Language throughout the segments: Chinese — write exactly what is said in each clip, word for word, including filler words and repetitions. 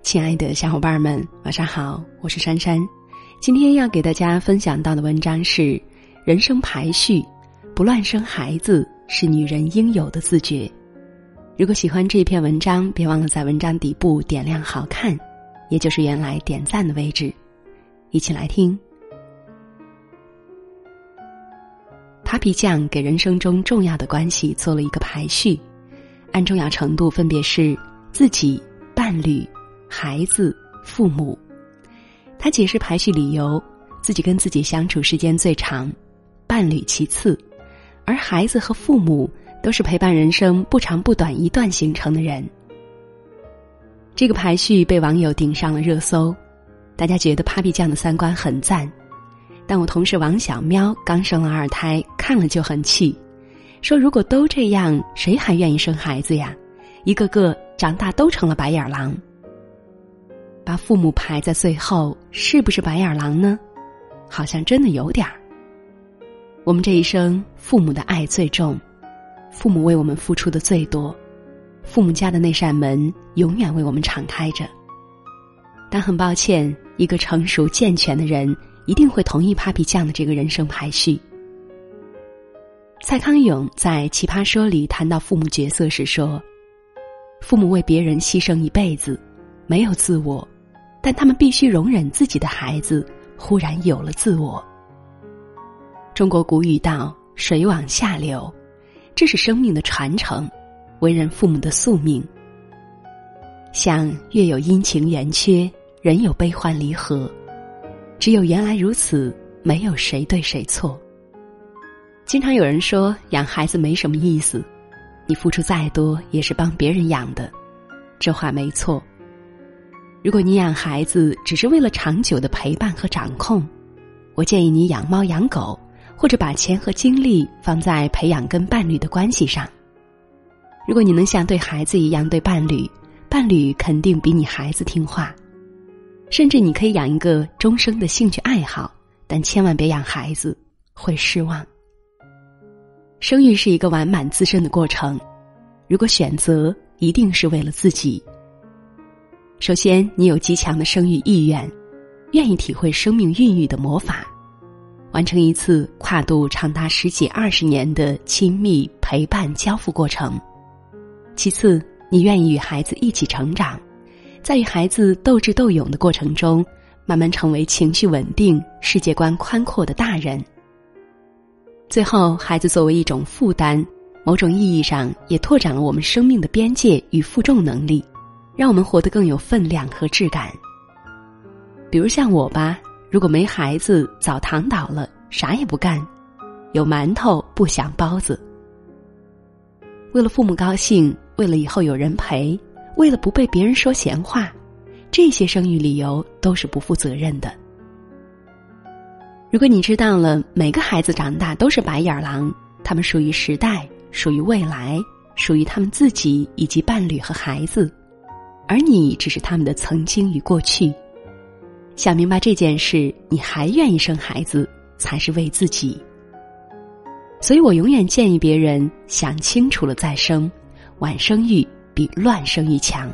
亲爱的小伙伴们，晚上好，我是珊珊。今天要给大家分享到的文章是人生排序，不乱生孩子是女人应有的自觉。如果喜欢这篇文章，别忘了在文章底部点亮好看，也就是原来点赞的位置。一起来听。Papi酱给人生中重要的关系做了一个排序，按重要程度分别是自己、伴侣、孩子、父母。他解释排序理由，自己跟自己相处时间最长，伴侣其次，而孩子和父母都是陪伴人生不长不短一段形成的人。这个排序被网友顶上了热搜，大家觉得 Papi 酱的三观很赞。但我同事王小喵刚生了二胎，看了就很气，说如果都这样，谁还愿意生孩子呀？一个个长大都成了白眼狼。把父母排在最后，是不是白眼狼呢？好像真的有点儿。我们这一生，父母的爱最重，父母为我们付出的最多，父母家的那扇门永远为我们敞开着。但很抱歉，一个成熟健全的人一定会同意 Papi 酱的这个人生排序。蔡康永在《奇葩说》里谈到父母角色时说，父母为别人牺牲一辈子，没有自我，但他们必须容忍自己的孩子忽然有了自我。中国古语道，水往下流，这是生命的传承，为人父母的宿命。像月有阴晴圆缺，人有悲欢离合，只有原来如此，没有谁对谁错。经常有人说养孩子没什么意思，你付出再多也是帮别人养的，这话没错。如果你养孩子只是为了长久的陪伴和掌控，我建议你养猫养狗，或者把钱和精力放在培养跟伴侣的关系上。如果你能像对孩子一样对伴侣，伴侣肯定比你孩子听话。甚至你可以养一个终生的兴趣爱好，但千万别养孩子，会失望。生育是一个完满自身的过程，如果选择，一定是为了自己。首先，你有极强的生育意愿，愿意体会生命孕育的魔法，完成一次跨度长达十几二十年的亲密陪伴交付过程。其次，你愿意与孩子一起成长，在与孩子斗智斗勇的过程中，慢慢成为情绪稳定、世界观宽阔的大人。最后，孩子作为一种负担，某种意义上也拓展了我们生命的边界与负重能力，让我们活得更有分量和质感。比如像我吧，如果没孩子，早躺倒了，啥也不干，有馒头不想包子。为了父母高兴，为了以后有人陪，为了不被别人说闲话，这些生育理由都是不负责任的。如果你知道了每个孩子长大都是白眼狼，他们属于时代，属于未来，属于他们自己以及伴侣和孩子，而你只是他们的曾经与过去。想明白这件事，你还愿意生孩子，才是为自己。所以我永远建议别人想清楚了再生，晚生育比乱生育强。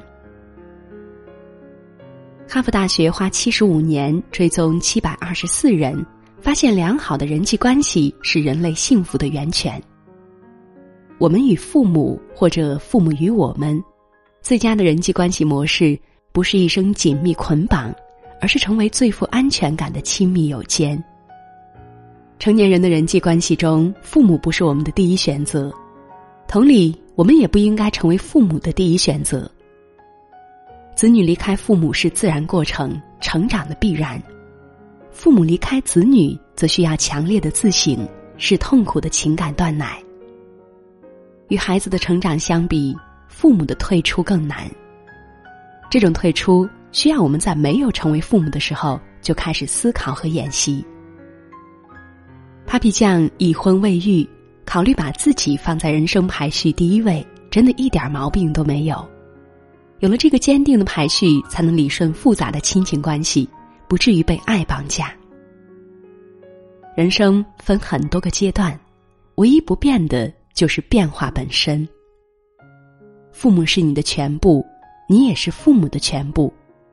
哈佛大学花七十五年追踪七百二十四人，发现良好的人际关系是人类幸福的源泉。我们与父母，或者父母与我们，最佳的人际关系模式不是一生紧密捆绑，而是成为最富安全感的亲密有间。成年人的人际关系中，父母不是我们的第一选择，同理，我们也不应该成为父母的第一选择。子女离开父母是自然过程，成长的必然。父母离开子女，则需要强烈的自省，是痛苦的情感断奶。与孩子的成长相比，父母的退出更难。这种退出，需要我们在没有成为父母的时候，就开始思考和演习。Papi 酱已婚未育，考虑把自己放在人生排序第一位，真的一点毛病都没有。有了这个坚定的排序，才能理顺复杂的亲情关系，不至于被爱绑架。人生分很多个阶段，唯一不变的就是变化本身。父母是你的全部，你也是父母的全部，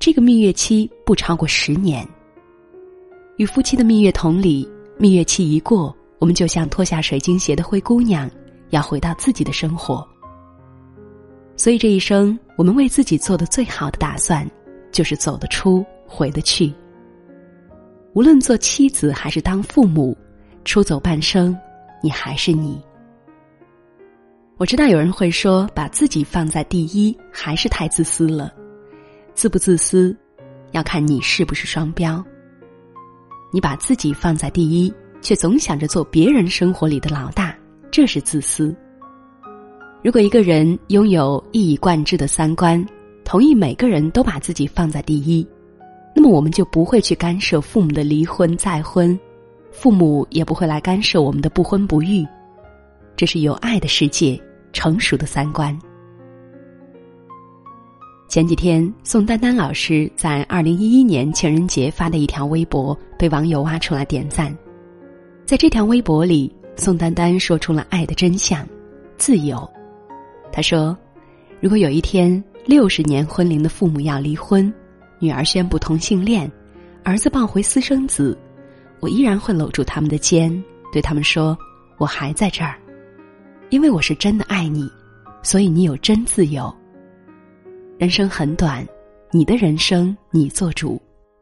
这个蜜月期不超过十年。与夫妻的蜜月同理，蜜月期一过，我们就像脱下水晶鞋的灰姑娘，要回到自己的生活。所以这一生，我们为自己做的最好的打算，就是走得出，回得去。无论做妻子还是当父母，出走半生，你还是你。我知道有人会说，把自己放在第一还是太自私了。自不自私，要看你是不是双标。你把自己放在第一，却总想着做别人生活里的老大，这是自私。如果一个人拥有一以贯之的三观，同意每个人都把自己放在第一，那么我们就不会去干涉父母的离婚再婚，父母也不会来干涉我们的不婚不育。这是有爱的世界，成熟的三观。前几天，宋丹丹老师在二零一一年情人节发的一条微博被网友挖出来点赞。在这条微博里，宋丹丹说出了爱的真相，自由。她说，如果有一天六十年婚龄的父母要离婚，女儿宣布同性恋，儿子抱回私生子，我依然会搂住他们的肩，对他们说，我还在这儿，因为我是真的爱你，所以你有真自由。人生很短，你的人生你做主。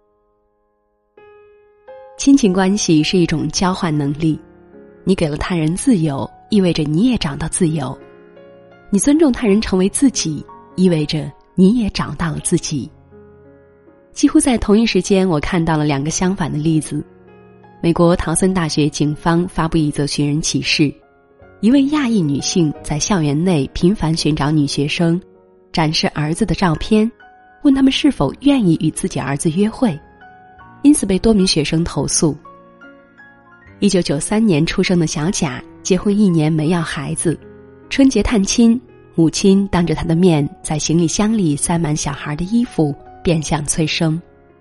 亲情关系是一种交换能力，你给了他人自由，意味着你也找到自由。你尊重他人成为自己，意味着你也找到了自己。几乎在同一时间，我看到了两个相反的例子。美国陶森大学警方发布一则寻人启事，一位亚裔女性在校园内频繁寻找女学生，展示儿子的照片，问他们是否愿意与自己儿子约会，因此被多名学生投诉。一九九三年出生的小贾结婚一年没要孩子，春节探亲，母亲当着他的面在行李箱里塞满小孩的衣服，变相催生。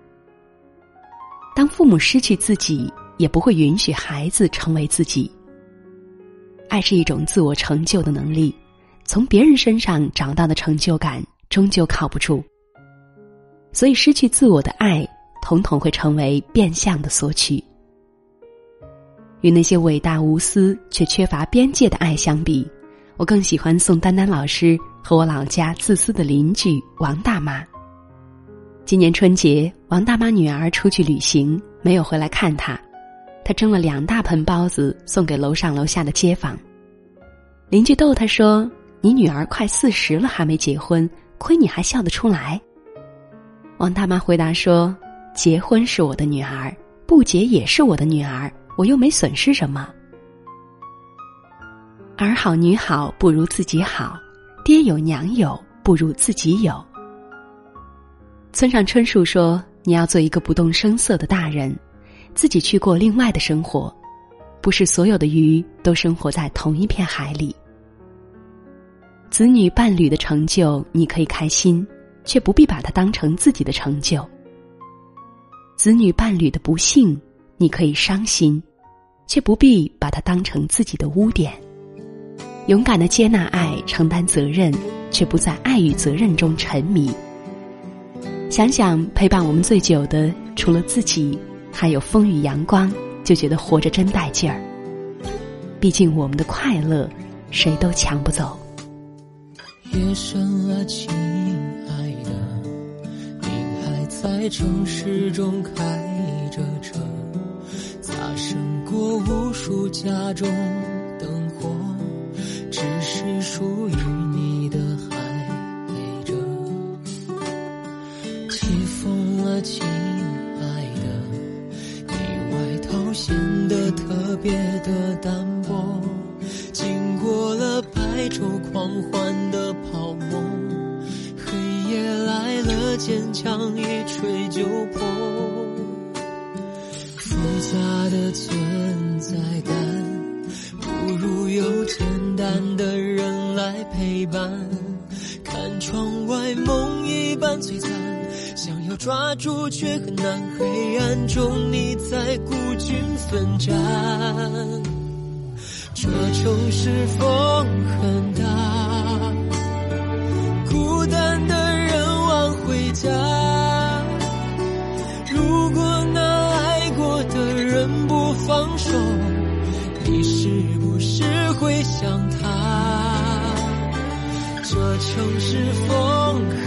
当父母失去自己，也不会允许孩子成为自己。爱是一种自我成就的能力，从别人身上找到的成就感终究靠不住。所以失去自我的爱，统统会成为变相的索取。与那些伟大无私却缺乏边界的爱相比，我更喜欢宋丹丹老师和我老家自私的邻居王大妈。今年春节，王大妈女儿出去旅行，没有回来看她，她蒸了两大盆包子送给楼上楼下的街坊。邻居逗她说，你女儿快四十了还没结婚，亏你还笑得出来。王大妈回答说，结婚是我的女儿，不结也是我的女儿，我又没损失什么。儿好女好不如自己好，爹有娘有不如自己有。村上春树说，你要做一个不动声色的大人，自己去过另外的生活，不是所有的鱼都生活在同一片海里。子女伴侣的成就你可以开心，却不必把它当成自己的成就。子女伴侣的不幸你可以伤心，却不必把它当成自己的污点。勇敢地接纳爱，承担责任，却不在爱与责任中沉迷。想想陪伴我们最久的，除了自己，还有风雨阳光，就觉得活着真带劲儿。毕竟我们的快乐，谁都抢不走。 夜深了，亲爱的，你还在城市中开着车，擦身过无数家中灯火，只是属于你的还陪着。起风了，亲爱的，你外套显得特别的单薄，经过了白昼狂欢的泡沫，黑夜来了，坚强一吹就破。复杂的存在感，不如有简单的人来陪伴。看窗外梦一般璀璨，想要抓住却很难，黑暗中你在孤军奋战。这城市风很大，孤单的人往回家。 城市风